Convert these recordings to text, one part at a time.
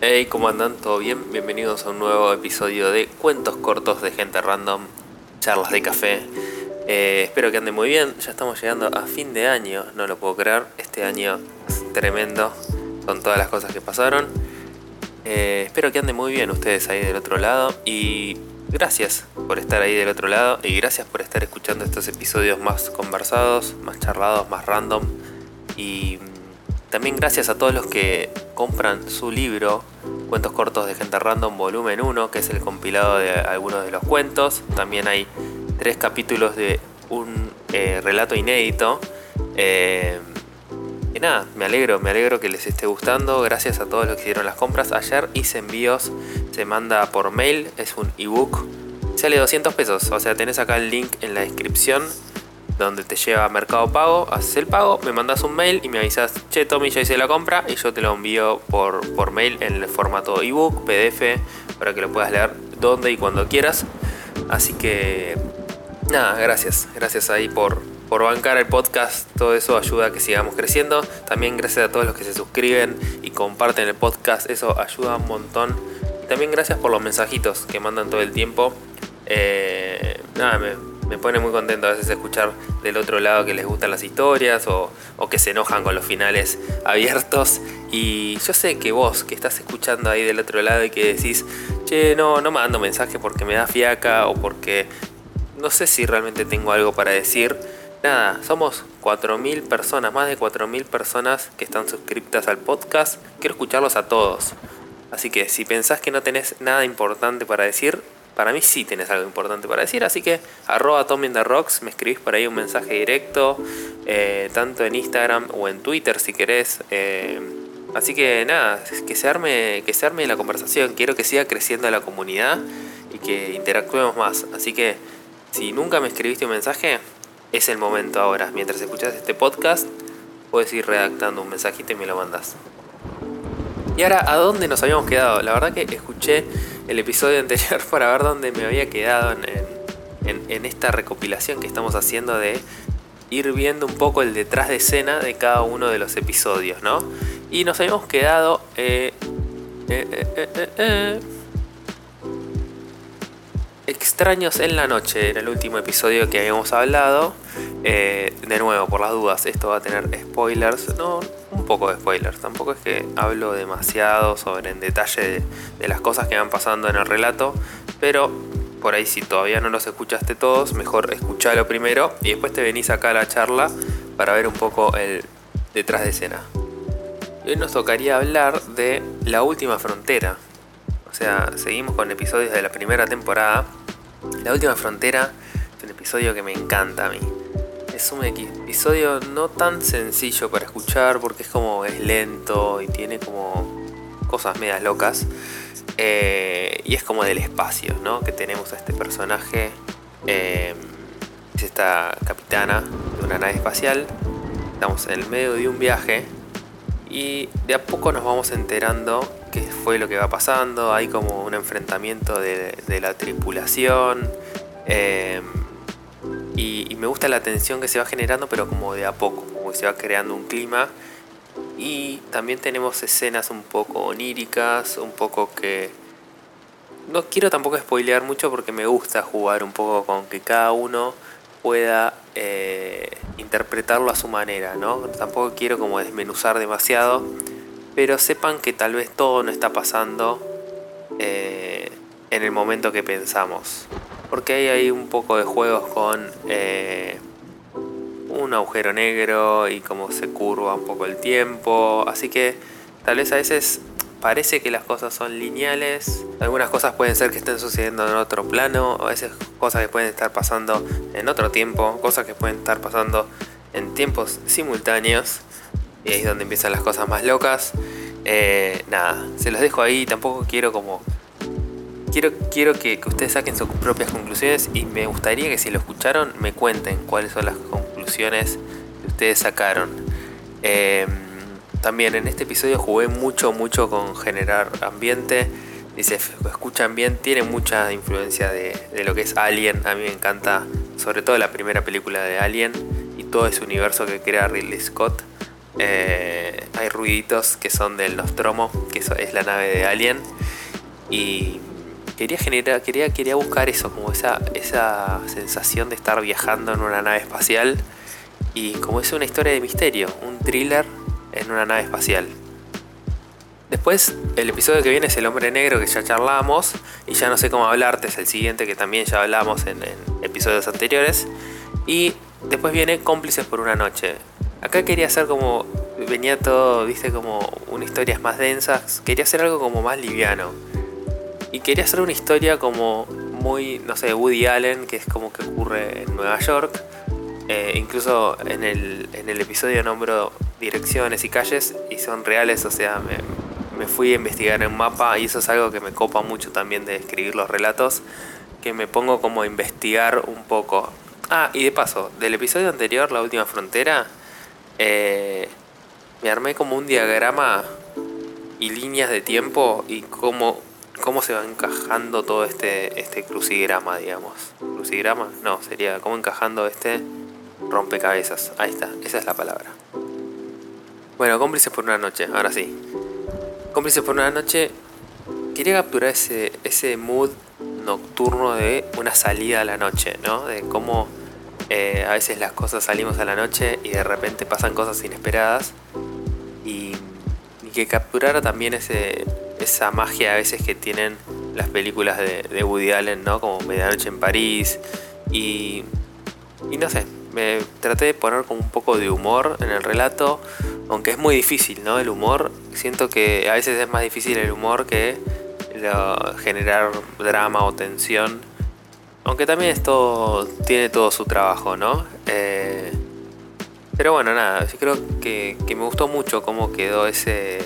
Hey, ¿cómo andan? ¿Todo bien? Bienvenidos a un nuevo episodio de Cuentos Cortos de Gente Random, charlas de café. Espero que anden muy bien. Ya estamos llegando a fin de año, no lo puedo creer. Este año es tremendo con todas las cosas que pasaron. Espero que anden muy bien ustedes ahí del otro lado. Y gracias por estar ahí del otro lado. Y gracias por estar escuchando estos episodios más conversados, más charlados, más random. Y también gracias a todos los que compran su libro Cuentos Cortos de Gente Random Volumen 1, que es el compilado de algunos de los cuentos. También hay 3 capítulos de un relato inédito. Y nada, me alegro que les esté gustando. Gracias a todos los que hicieron las compras. Ayer hice envíos, se manda por mail, es un ebook. Sale 200 pesos, o sea, tenés acá el link en la descripción donde te lleva a Mercado Pago, haces el pago, me mandas un mail y me avisas, che Tommy, ya hice la compra, y yo te lo envío por mail en el formato ebook, PDF, para que lo puedas leer donde y cuando quieras. Así que nada, gracias ahí por bancar el podcast, todo eso ayuda a que sigamos creciendo. También gracias a todos los que se suscriben y comparten el podcast, eso ayuda un montón. Y también gracias por los mensajitos que mandan todo el tiempo. Nada, me pone muy contento a veces escuchar del otro lado que les gustan las historias o que se enojan con los finales abiertos. Y yo sé que vos que estás escuchando ahí del otro lado y que decís, che, no mando mensaje porque me da fiaca o porque no sé si realmente tengo algo para decir. Nada, somos 4.000 personas, más de 4.000 personas que están suscriptas al podcast. Quiero escucharlos a todos. Así que si pensás que no tenés nada importante para decir, para mí sí tenés algo importante para decir, así que @TommyInTheRocks, me escribís por ahí un mensaje directo, tanto en Instagram o en Twitter si querés. Así que nada, que se arme la conversación, quiero que siga creciendo la comunidad y que interactuemos más. Así que si nunca me escribiste un mensaje, es el momento ahora. Mientras escuchás este podcast, puedes ir redactando un mensajito y me lo mandas. Y ahora, ¿a dónde nos habíamos quedado? La verdad que escuché el episodio anterior para ver dónde me había quedado en esta recopilación que estamos haciendo de ir viendo un poco el detrás de escena de cada uno de los episodios, ¿no? Y nos habíamos quedado Extraños en la noche, era el último episodio que habíamos hablado. De nuevo, por las dudas, esto va a tener spoilers. No, un poco de spoilers. Tampoco es que hablo demasiado en detalle de las cosas que van pasando en el relato. Pero por ahí, si todavía no los escuchaste todos, mejor escuchalo primero y después te venís acá a la charla para ver un poco el detrás de escena. Y hoy nos tocaría hablar de La Última Frontera. O sea, seguimos con episodios de la primera temporada. La Última Frontera es un episodio que me encanta a mí. Es un episodio no tan sencillo para escuchar porque es lento y tiene como cosas medias locas. Y es como del espacio, ¿no? Que tenemos a este personaje, es esta capitana de una nave espacial. Estamos en el medio de un viaje y de a poco nos vamos enterando qué fue lo que va pasando. Hay como un enfrentamiento de la tripulación. Y me gusta la tensión que se va generando, pero como de a poco, como que se va creando un clima. Y también tenemos escenas un poco oníricas, un poco que... No quiero tampoco spoilear mucho porque me gusta jugar un poco con que cada uno pueda interpretarlo a su manera, ¿no? Tampoco quiero como desmenuzar demasiado, pero sepan que tal vez todo no está pasando en el momento que pensamos. Porque hay un poco de juegos con un agujero negro y cómo se curva un poco el tiempo. Así que tal vez a veces parece que las cosas son lineales. Algunas cosas pueden ser que estén sucediendo en otro plano. A veces cosas que pueden estar pasando en otro tiempo. Cosas que pueden estar pasando en tiempos simultáneos. Y ahí es donde empiezan las cosas más locas. Nada, se los dejo ahí. Tampoco quiero como... Quiero que ustedes saquen sus propias conclusiones y me gustaría que si lo escucharon me cuenten cuáles son las conclusiones que ustedes sacaron. También en este episodio jugué mucho con generar ambiente. Dice, escuchan bien, tiene mucha influencia de lo que es Alien. A mí me encanta, sobre todo la primera película de Alien y todo ese universo que crea Ridley Scott. Hay ruiditos que son del Nostromo, que es la nave de Alien. Y quería buscar eso, como esa sensación de estar viajando en una nave espacial. Y como es una historia de misterio, un thriller en una nave espacial. Después, el episodio que viene es El Hombre Negro, que ya charlamos. Y ya no sé cómo hablarte, es el siguiente que también ya hablamos en episodios anteriores. Y después viene Cómplices por una noche. Acá quería hacer como... Venía todo, viste, como una historias más densas. Quería hacer algo como más liviano. Y quería hacer una historia como muy, no sé, Woody Allen, que es como que ocurre en Nueva York. Incluso en el episodio nombro direcciones y calles y son reales, o sea, me fui a investigar en un mapa y eso es algo que me copa mucho también de escribir los relatos, que me pongo como a investigar un poco. Ah, y de paso, del episodio anterior, La Última Frontera, me armé como un diagrama y líneas de tiempo y cómo se va encajando todo este crucigrama, digamos. ¿Crucigrama? No, sería cómo encajando este rompecabezas. Ahí está, esa es la palabra. Bueno, Cómplices por una noche, ahora sí. Cómplices por una noche, quería capturar ese mood nocturno de una salida a la noche, ¿no? De cómo a veces las cosas salimos a la noche y de repente pasan cosas inesperadas. Y que capturara también esa magia a veces que tienen las películas de Woody Allen, ¿no? Como Medianoche en París. Y no sé, me traté de poner como un poco de humor en el relato, aunque es muy difícil, ¿no? El humor, siento que a veces es más difícil el humor que generar drama o tensión, aunque también tiene todo su trabajo, ¿no? Pero bueno, nada, yo creo que me gustó mucho cómo quedó ese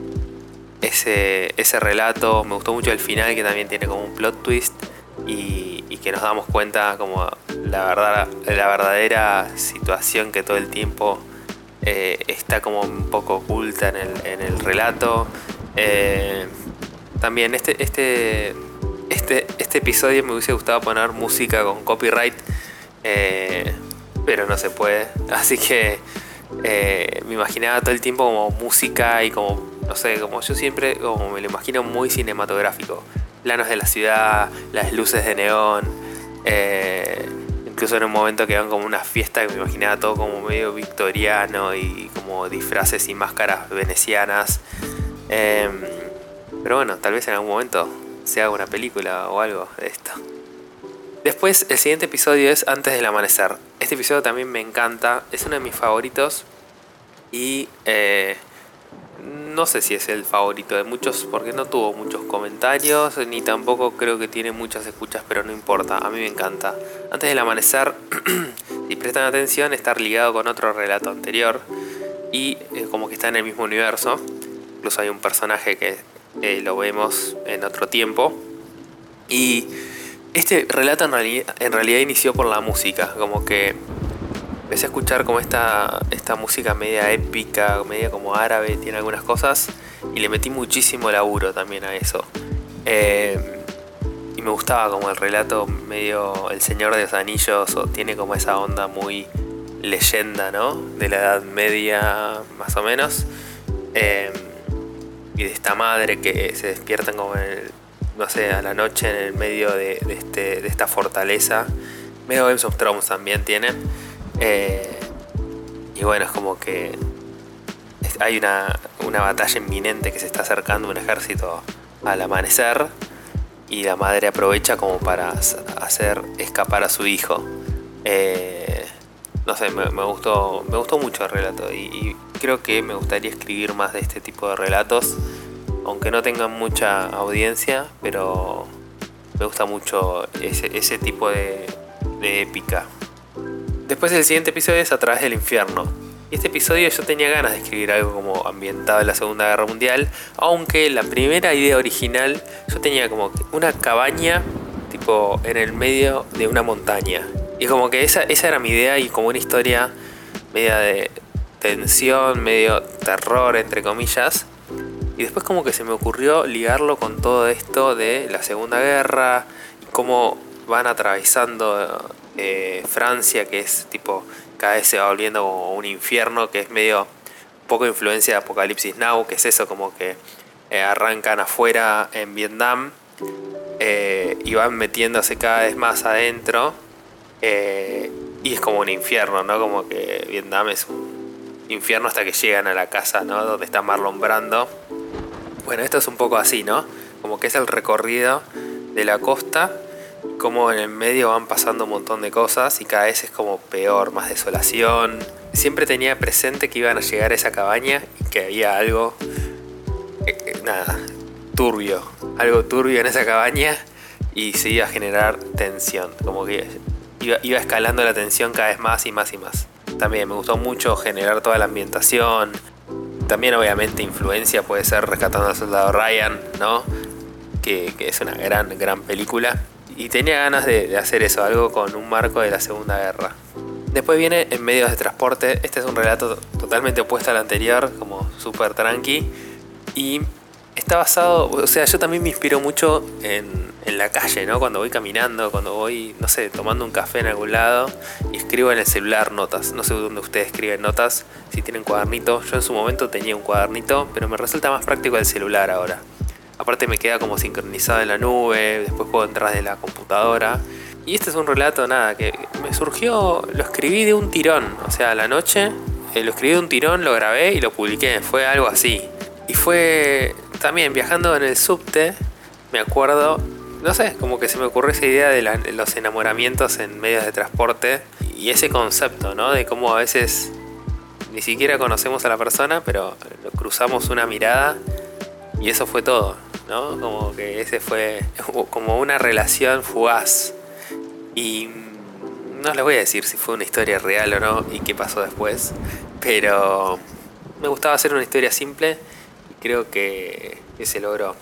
relato. Me gustó mucho el final, que también tiene como un plot twist y que nos damos cuenta como la verdadera situación que todo el tiempo está como un poco oculta en el relato. También este episodio me hubiese gustado poner música con copyright, pero no se puede. Así que me imaginaba todo el tiempo como música y como, no sé, como yo siempre como me lo imagino muy cinematográfico. Planos de la ciudad, las luces de neón. Incluso en un momento que van como una fiesta que me imaginaba todo como medio victoriano y como disfraces y máscaras venecianas. Pero bueno, tal vez en algún momento se haga una película o algo de esto. Después, el siguiente episodio es Antes del Amanecer. Este episodio también me encanta, es uno de mis favoritos y no sé si es el favorito de muchos porque no tuvo muchos comentarios ni tampoco creo que tiene muchas escuchas, pero no importa, a mí me encanta. Antes del Amanecer, si prestan atención, está ligado con otro relato anterior y como que está en el mismo universo. Incluso hay un personaje que lo vemos en otro tiempo. Y este relato en realidad inició por la música, como que empecé a escuchar como esta música media épica, media como árabe, tiene algunas cosas, y le metí muchísimo laburo también a eso. Y me gustaba como el relato medio El Señor de los Anillos, o tiene como esa onda muy leyenda, ¿no? De la Edad Media, más o menos. Y de esta madre que se despiertan como no sé, a la noche en el medio de esta fortaleza. Medio Games of Thrones también tiene. Y bueno, es como que hay una batalla inminente que se está acercando, un ejército al amanecer. Y la madre aprovecha como para hacer escapar a su hijo. No sé, me gustó mucho el relato y creo que me gustaría escribir más de este tipo de relatos, aunque no tengan mucha audiencia, pero me gusta mucho ese tipo de épica. Después el siguiente episodio es A Través del Infierno. Y este episodio yo tenía ganas de escribir algo como ambientado en la Segunda Guerra Mundial, aunque la primera idea original yo tenía como una cabaña tipo en el medio de una montaña. Y como que esa era mi idea y como una historia media de tensión, medio terror entre comillas. Y después como que se me ocurrió ligarlo con todo esto de la Segunda Guerra y cómo van atravesando Francia, que es tipo, cada vez se va volviendo como un infierno, que es medio poco de influencia de Apocalipsis Now, que es eso, como que arrancan afuera en Vietnam y van metiéndose cada vez más adentro, y es como un infierno, ¿no? Como que Vietnam es un infierno hasta que llegan a la casa, ¿no? Donde está Marlon Brando. Bueno, esto es un poco así, ¿no? Como que es el recorrido de la costa, como en el medio van pasando un montón de cosas y cada vez es como peor, más desolación. Siempre tenía presente que iban a llegar a esa cabaña y que había algo, turbio, algo turbio en esa cabaña, y se iba a generar tensión, como que iba escalando la tensión cada vez más y más y más. También me gustó mucho generar toda la ambientación. También obviamente influencia puede ser Rescatando al Soldado Ryan, ¿no? Que es una gran película. Y tenía ganas de hacer eso, algo con un marco de la Segunda Guerra. Después viene En medios de transporte. Este es un relato totalmente opuesto al anterior, como súper tranqui. Y está basado, o sea, yo también me inspiro mucho en la calle, ¿no? Cuando voy caminando, cuando voy, no sé, tomando un café en algún lado y escribo en el celular notas. No sé dónde ustedes escriben notas, si tienen cuadernito. Yo en su momento tenía un cuadernito, pero me resulta más práctico el celular ahora. Aparte me queda como sincronizado en la nube, después puedo entrar de la computadora. Y este es un relato, que me surgió, lo escribí de un tirón. O sea, a la noche lo escribí de un tirón, lo grabé y lo publiqué. Fue algo así. Y fue también viajando en el subte, me acuerdo, no sé, como que se me ocurrió esa idea de los enamoramientos en medios de transporte. Y ese concepto, ¿no? De cómo a veces ni siquiera conocemos a la persona, pero cruzamos una mirada y eso fue todo, ¿no? Como que ese fue como una relación fugaz. Y no les voy a decir si fue una historia real o no y qué pasó después, pero me gustaba hacer una historia simple y creo que se logró.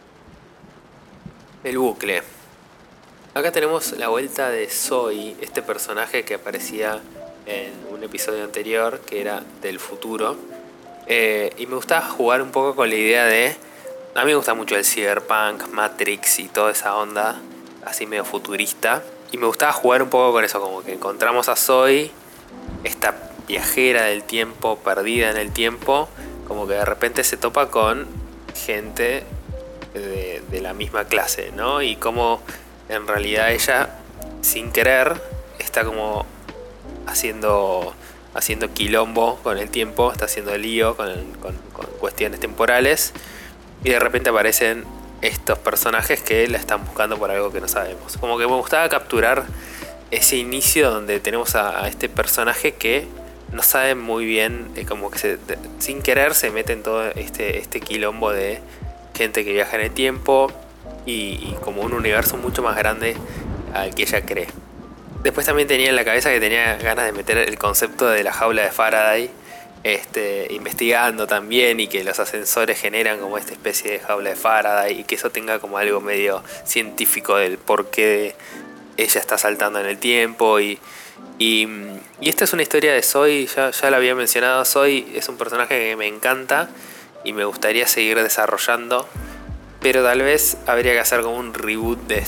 El bucle. Acá tenemos la vuelta de Zoe, este personaje que aparecía en un episodio anterior, que era del futuro. Y me gustaba jugar un poco con la idea de... A mí me gusta mucho el cyberpunk, Matrix y toda esa onda, así medio futurista. Y me gustaba jugar un poco con eso, como que encontramos a Zoe, esta viajera del tiempo, perdida en el tiempo, como que de repente se topa con gente de la misma clase, ¿no? Y como en realidad ella, sin querer, está como haciendo quilombo con el tiempo, está haciendo lío con cuestiones temporales, y de repente aparecen estos personajes que la están buscando por algo que no sabemos. Como que me gustaba capturar ese inicio donde tenemos a este personaje que no sabe muy bien, como que sin querer se mete en todo este quilombo de gente que viaja en el tiempo y como un universo mucho más grande al que ella cree. Después también tenía en la cabeza que tenía ganas de meter el concepto de la jaula de Faraday, investigando también, y que los ascensores generan como esta especie de jaula de Faraday y que eso tenga como algo medio científico del por qué ella está saltando en el tiempo. Y esta es una historia de Zoe, ya la había mencionado. Zoe es un personaje que me encanta y me gustaría seguir desarrollando, pero tal vez habría que hacer como un reboot de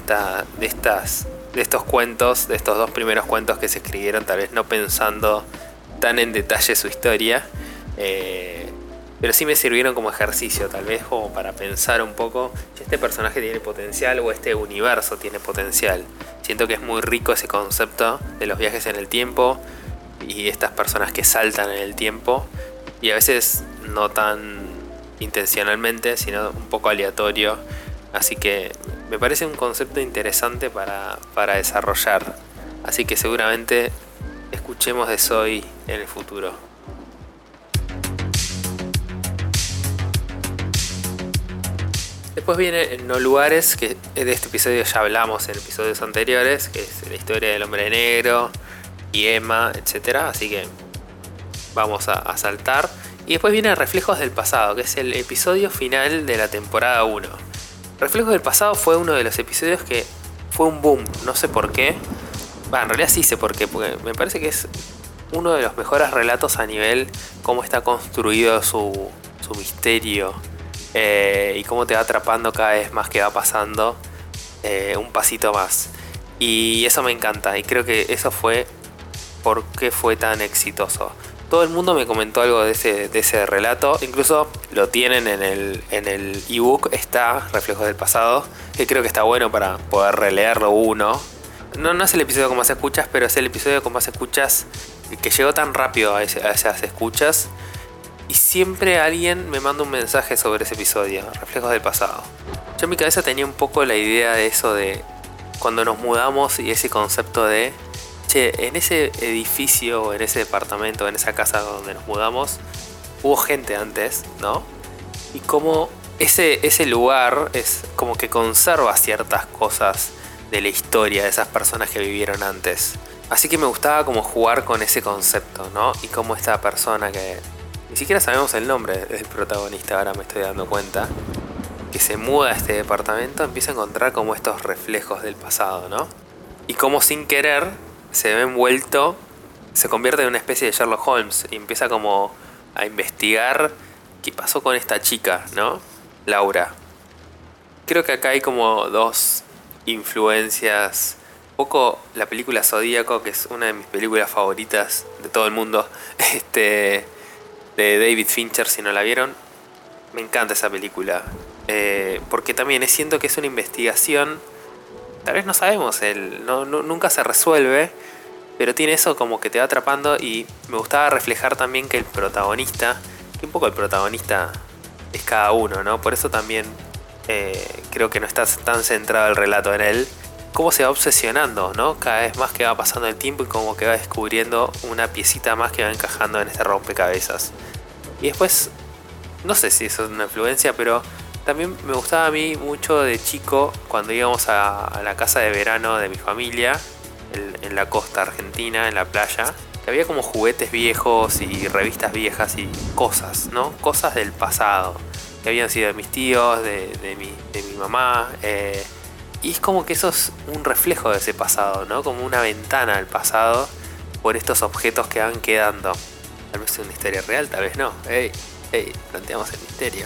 estos cuentos, de estos dos primeros cuentos que se escribieron, tal vez no pensando tan en detalle su historia, pero sí me sirvieron como ejercicio, tal vez como para pensar un poco si este personaje tiene potencial o este universo tiene potencial. Siento que es muy rico ese concepto de los viajes en el tiempo y estas personas que saltan en el tiempo, y a veces no tan intencionalmente, sino un poco aleatorio. Así que me parece un concepto interesante para desarrollar. Así que seguramente escuchemos de Zoe en el futuro. Después viene No Lugares, que de este episodio ya hablamos en episodios anteriores, que es la historia del hombre negro y Emma, etc. Así que vamos a saltar. Y después viene Reflejos del Pasado, que es el episodio final de la temporada 1. Reflejos del Pasado fue uno de los episodios que fue un boom, no sé por qué. En realidad sí sé por qué, porque me parece que es uno de los mejores relatos a nivel cómo está construido su misterio, y cómo te va atrapando cada vez más que va pasando un pasito más. Y eso me encanta, y creo que eso fue por qué fue tan exitoso. todo el mundo me comentó algo de ese relato. Incluso lo tienen en el ebook, está Reflejos del Pasado, que creo que está bueno para poder releerlo uno. No es el episodio con más escuchas, pero es el episodio con más escuchas que llegó tan rápido a esas escuchas. Y siempre alguien me manda un mensaje sobre ese episodio, Reflejos del Pasado. Yo en mi cabeza tenía un poco la idea de eso de cuando nos mudamos y ese concepto de che, en ese edificio, en ese departamento, en esa casa donde nos mudamos, hubo gente antes, ¿no? Y como ese lugar es como que conserva ciertas cosas de la historia de esas personas que vivieron antes. Así que me gustaba como jugar con ese concepto, ¿no? Y como esta persona que ni siquiera sabemos el nombre del protagonista, ahora me estoy dando cuenta, que se muda a este departamento, empieza a encontrar como estos reflejos del pasado, ¿no? Y como sin querer se ve envuelto, se convierte en una especie de Sherlock Holmes y empieza como a investigar qué pasó con esta chica, ¿no? Laura. Creo que acá hay como dos influencias. Un poco la película Zodíaco, que es una de mis películas favoritas de todo el mundo, de David Fincher, si no la vieron. Me encanta esa película. Porque también siento que es una investigación. Tal vez no sabemos, nunca se resuelve, pero tiene eso como que te va atrapando. Y me gustaba reflejar también que el protagonista, que un poco el protagonista es cada uno, ¿no? Por eso también creo que no está tan centrado el relato en él. Cómo se va obsesionando, ¿no? Cada vez más que va pasando el tiempo y como que va descubriendo una piecita más que va encajando en este rompecabezas. Y después, no sé si eso es una influencia, pero también me gustaba a mí mucho de chico cuando íbamos a la casa de verano de mi familia en la costa argentina, en la playa, que había como juguetes viejos y revistas viejas y cosas, ¿no? Cosas del pasado, que habían sido de mis tíos, de mi mamá. Y es como que eso es un reflejo de ese pasado, ¿no? Como una ventana al pasado por estos objetos que van quedando. Tal vez es una historia real, tal vez no. Planteamos el misterio.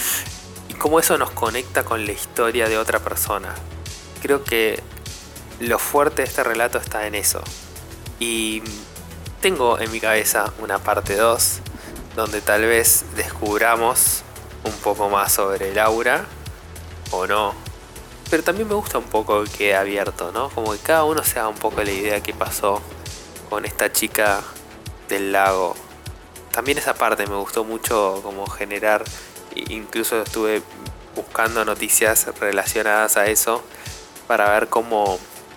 Y cómo eso nos conecta con la historia de otra persona. Creo que lo fuerte de este relato está en eso. Y tengo en mi cabeza una parte 2, donde tal vez descubramos un poco más sobre Laura, o no. Pero también me gusta un poco que quede abierto, ¿no? Como que cada uno se haga un poco la idea que pasó con esta chica del lago. También esa parte me gustó mucho como generar, incluso estuve buscando noticias relacionadas a eso para ver cómo,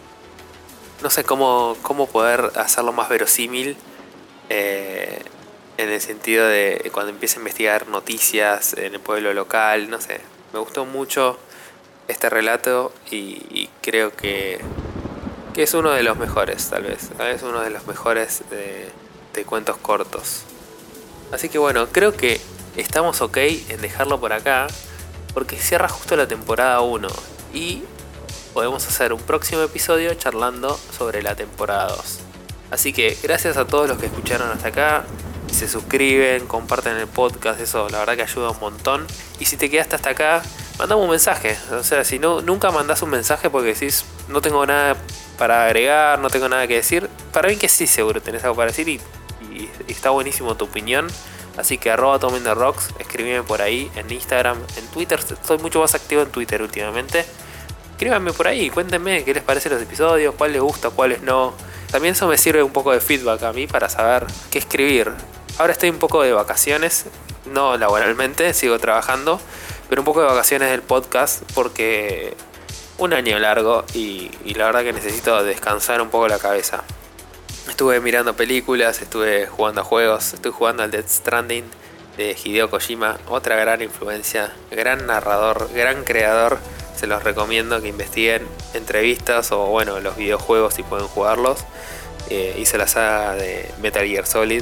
no sé, cómo poder hacerlo más verosímil en el sentido de cuando empiece a investigar noticias en el pueblo local, no sé. Me gustó mucho este relato y creo que es uno de los mejores, tal vez uno de los mejores de cuentos cortos. Así que bueno, creo que estamos ok en dejarlo por acá, porque cierra justo la temporada 1 y podemos hacer un próximo episodio charlando sobre la temporada 2. Así que gracias a todos los que escucharon hasta acá, se suscriben, comparten el podcast, eso la verdad que ayuda un montón. Y si te quedaste hasta acá, mandame un mensaje. O sea, si no, nunca mandás un mensaje porque decís no tengo nada para agregar, no tengo nada que decir. Para mí que sí, seguro tenés algo para decir y está buenísimo tu opinión. Así que @TomInTheRocks, escríbeme por ahí en Instagram, en Twitter. Estoy mucho más activo en Twitter últimamente. Escríbanme por ahí, cuéntenme qué les parecen los episodios, cuál les gusta, cuáles no. También eso me sirve un poco de feedback a mí para saber qué escribir. Ahora estoy un poco de vacaciones, no laboralmente, sigo trabajando, pero un poco de vacaciones del podcast porque un año largo y la verdad que necesito descansar un poco la cabeza. Estuve mirando películas, estuve jugando a juegos, estoy jugando al Death Stranding de Hideo Kojima, otra gran influencia, gran narrador, gran creador. Se los recomiendo que investiguen entrevistas o bueno, los videojuegos si pueden jugarlos. Hice la saga de Metal Gear Solid,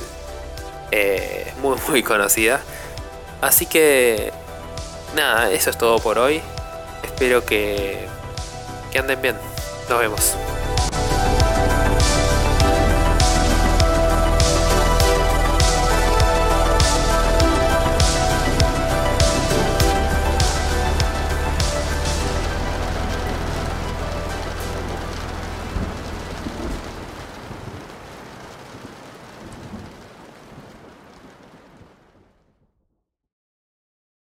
muy conocida. Así que nada, eso es todo por hoy. Espero que anden bien. Nos vemos.